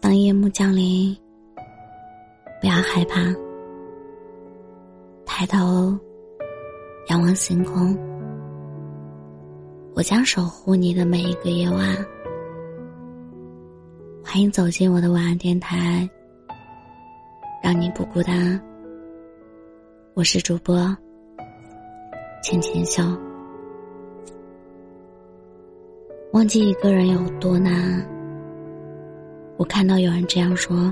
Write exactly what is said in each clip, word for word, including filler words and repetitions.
当夜幕降临，不要害怕，抬头仰望星空，我将守护你的每一个夜晚。欢迎走进我的晚安电台，让你不孤单。我是主播浅浅笑。忘记一个人有多难，我看到有人这样说：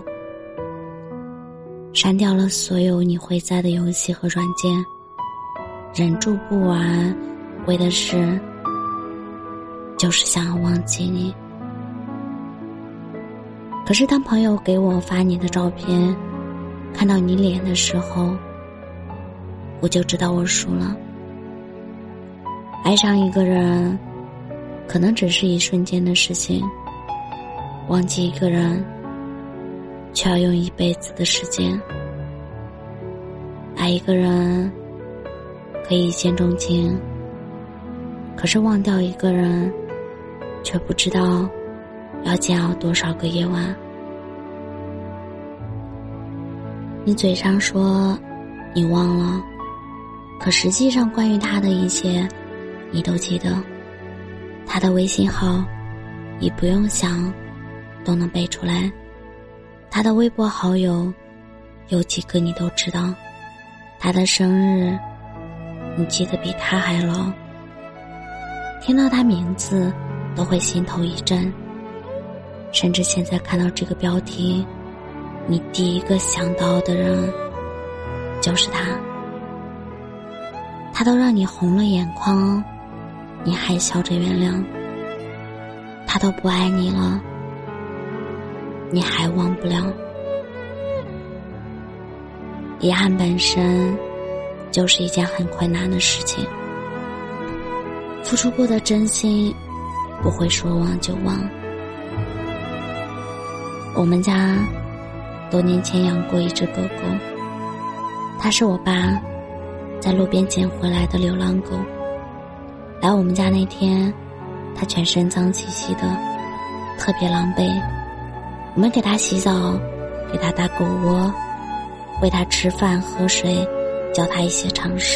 删掉了所有你会在的游戏和软件，忍住不玩，为的是就是想要忘记你。可是当朋友给我发你的照片，看到你脸的时候，我就知道我输了。爱上一个人可能只是一瞬间的事情，忘记一个人却要用一辈子的时间。爱一个人可以一见钟情，可是忘掉一个人却不知道要煎熬多少个夜晚。你嘴上说你忘了，可实际上关于他的一切你都记得，他的微信号你不用想都能背出来，他的微博好友有几个你都知道，他的生日你记得比他还牢，听到他名字都会心头一震，甚至现在看到这个标题，你第一个想到的人就是他。他都让你红了眼眶，你还笑着原谅，他都不爱你了，你还忘不了。遗憾本身就是一件很困难的事情，付出过的真心不会说忘就忘。我们家多年前养过一只狗狗，它是我爸在路边捡回来的流浪狗。来我们家那天，它全身脏兮兮的，特别狼狈。我们给它洗澡，给它打狗窝，喂它吃饭喝水，教它一些常识。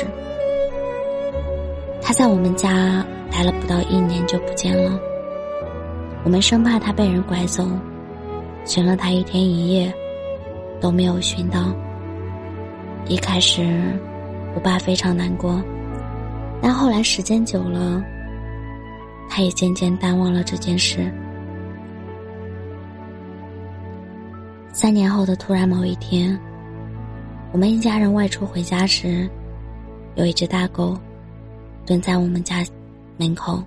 它在我们家待了不到一年就不见了，我们生怕它被人拐走，寻了它一天一夜都没有寻到。一开始我爸非常难过，但后来时间久了，他也渐渐淡忘了这件事。三年后的突然某一天，我们一家人外出回家时，有一只大狗蹲在我们家门口。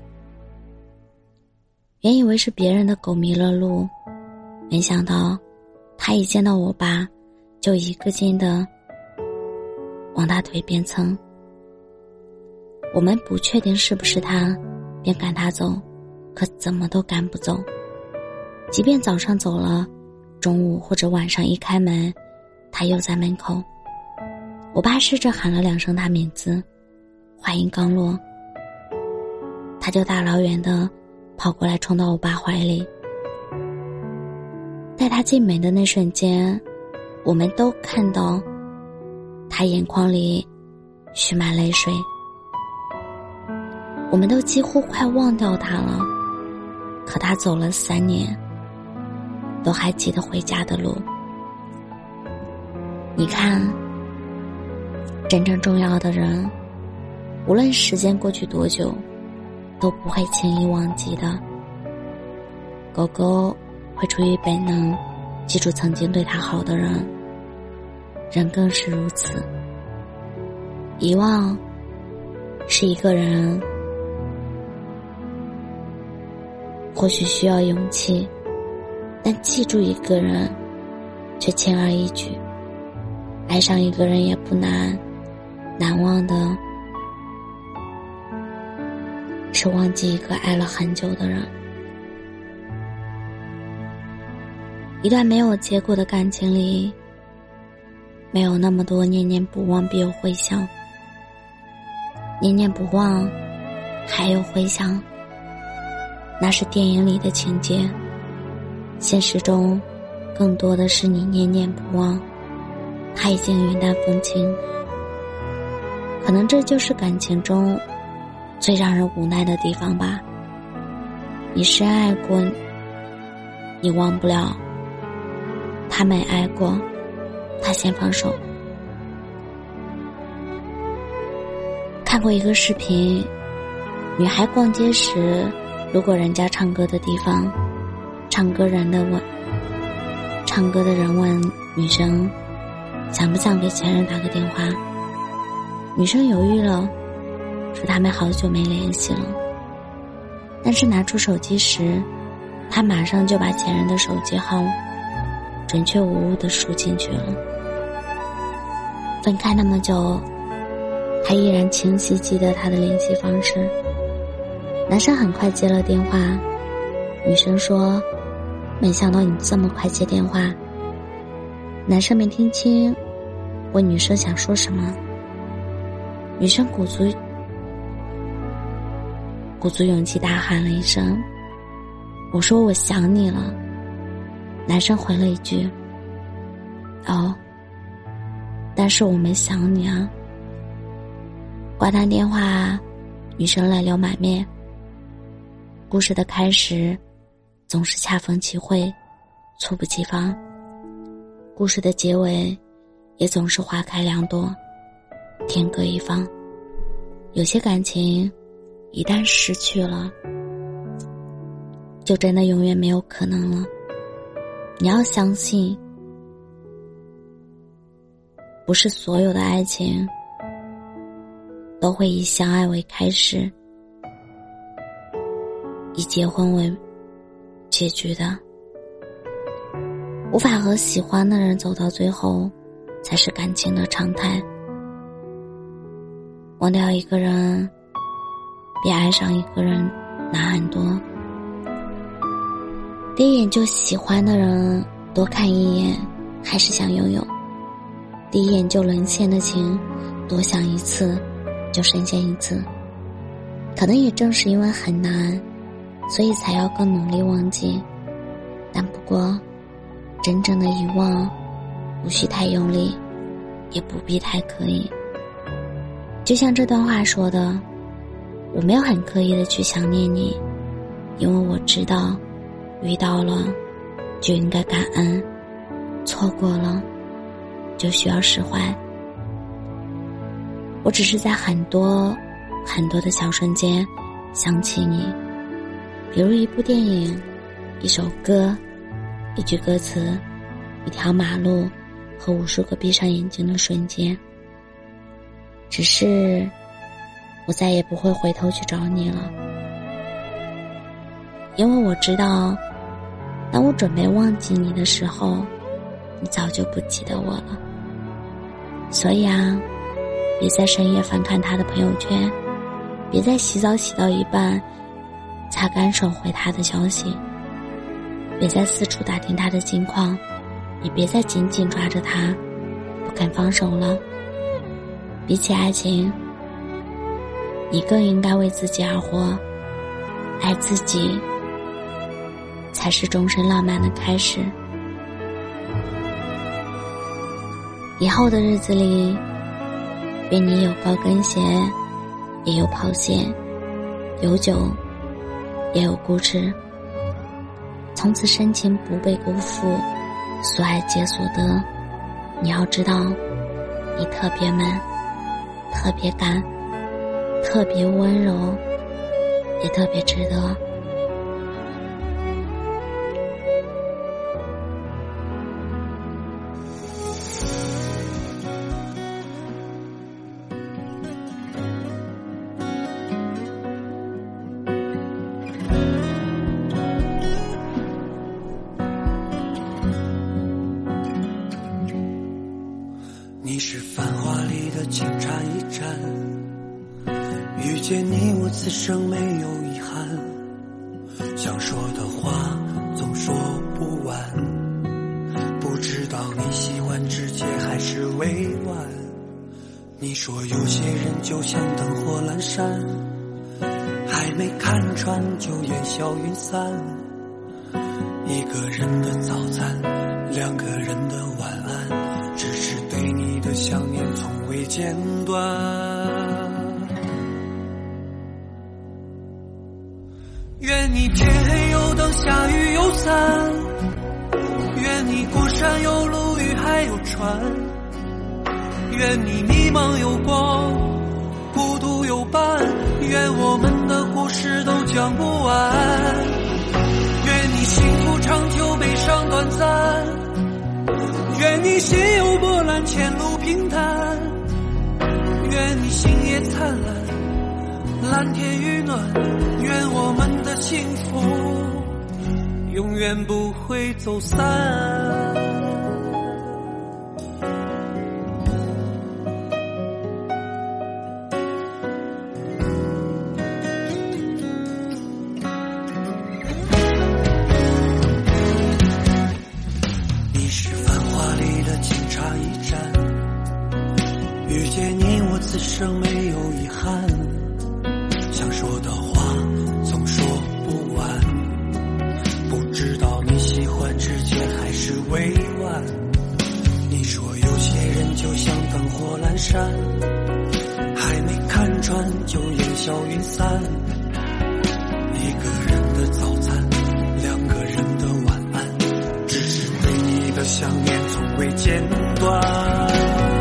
原以为是别人的狗迷了路，没想到他一见到我爸就一个劲的往他腿边蹭。我们不确定是不是他，便赶他走，可怎么都赶不走。即便早上走了，中午或者晚上一开门，他又在门口。我爸试着喊了两声他名字，话音刚落，他就大老远的跑过来冲到我爸怀里。带他进门的那瞬间，我们都看到他眼眶里蓄满泪水。我们都几乎快忘掉他了，可他走了三年，都还记得回家的路。你看，真正重要的人，无论时间过去多久，都不会轻易忘记的。狗狗会出于本能记住曾经对它好的人，人更是如此。遗忘是一个人或许需要勇气，但记住一个人却轻而易举。爱上一个人也不难，难忘的是忘记一个爱了很久的人。一段没有结果的感情里，没有那么多念念不忘必有回响，念念不忘还有回响，那是电影里的情节，现实中更多的是你念念不忘，他已经云淡风轻。可能这就是感情中最让人无奈的地方吧。你深爱过，你忘不了；他没爱过，他先放手。看过一个视频，女孩逛街时路过人家唱歌的地方，唱歌人的问唱歌的人问女生想不想给前任打个电话。女生犹豫了，说他们好久没联系了。但是拿出手机时，她马上就把前任的手机号准确无误地输进去了。分开那么久，他依然清晰记得他的联系方式。男生很快接了电话，女生说：“没想到你这么快接电话。”男生没听清，问女生想说什么。女生鼓足鼓足勇气大喊了一声：“我说我想你了。”男生回了一句：“哦，但是我没想你啊。”挂断电话，女生泪流满面。故事的开始总是恰逢其会，猝不及防，故事的结尾也总是花开两朵，天各一方。有些感情一旦失去了，就真的永远没有可能了。你要相信，不是所有的爱情都会以相爱为开始，以结婚为结局的。无法和喜欢的人走到最后，才是感情的常态。忘掉一个人，比爱上一个人难很多。第一眼就喜欢的人，多看一眼还是想拥有；第一眼就沦陷的情，多想一次就深陷一次。可能也正是因为很难，所以才要更努力忘记。但不过真正的遗忘，无需太用力，也不必太刻意。就像这段话说的，我没有很刻意的去想念你，因为我知道遇到了就应该感恩，错过了就需要释怀。我只是在很多很多的小瞬间想起你，比如一部电影，一首歌，一句歌词，一条马路，和无数个闭上眼睛的瞬间。只是我再也不会回头去找你了，因为我知道当我准备忘记你的时候，你早就不记得我了。所以啊，别在深夜翻看他的朋友圈，别在洗澡洗到一半擦干手回他的消息，别再四处打听他的近况，也别再紧紧抓着他不肯放手了。比起爱情，你更应该为自己而活，爱自己才是终身浪漫的开始。以后的日子里，愿你有高跟鞋，也有跑鞋，有酒，也有固执。从此深情不被辜负，所爱皆所得。你要知道，你特别美，特别敢，特别温柔，也特别值得。 你是繁华里的金蝉一盏，遇见你我此生没有遗憾，想说的话总说不完，不知道你喜欢直接还是委婉。你说有些人就像灯火阑珊，还没看穿就烟消云散，一个人的早餐间断。愿你天黑有灯，下雨有伞，愿你过山有路，遇海有船，愿你迷茫有光，孤独有伴，愿我们的故事都讲不完。愿你幸福长久，悲伤短暂，愿你心有波澜，前路平坦，愿你星夜灿烂，蓝天与暖，愿我们的幸福永远不会走散。遇见你我此生没有遗憾，想说的话总说不完，不知道你喜欢直接还是委婉。你说有些人就像灯火阑珊，还没看穿就烟消云散。一个人的早餐，两个人的晚安，只是对你的想念从未间断。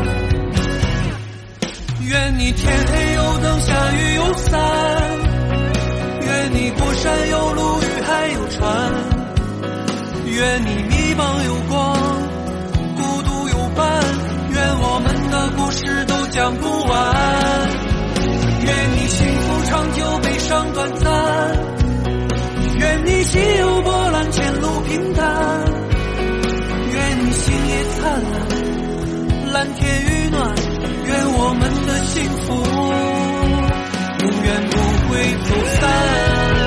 愿你天黑有灯，下雨有伞，愿你过山有路，遇海有船，愿你迷茫有光，孤独有伴，愿我们的故事都讲不完。愿你幸福长久，悲伤短暂，愿你心有波澜，前路平坦，愿你星夜灿烂，蓝天与暖，愿我们的幸福永远不会走散。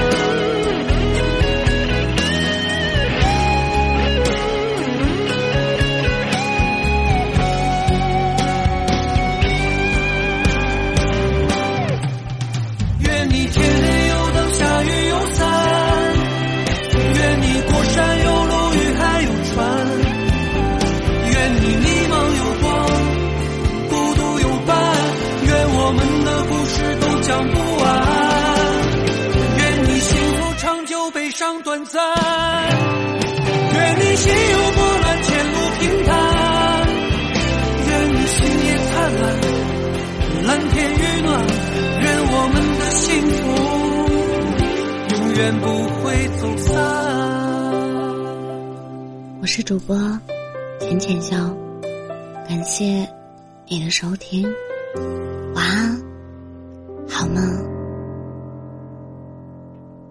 愿你天黑有灯，下雨有伞，愿你过山有路，遇海有船，愿你迷茫有光，我们的故事都讲不完。愿你幸福长久，悲伤短暂，愿你心有波澜，前路平坦，愿你星夜灿烂，蓝天与暖，愿我们的幸福永远不会走散。 我是主播浅浅笑，感谢你的收听，晚安，好梦。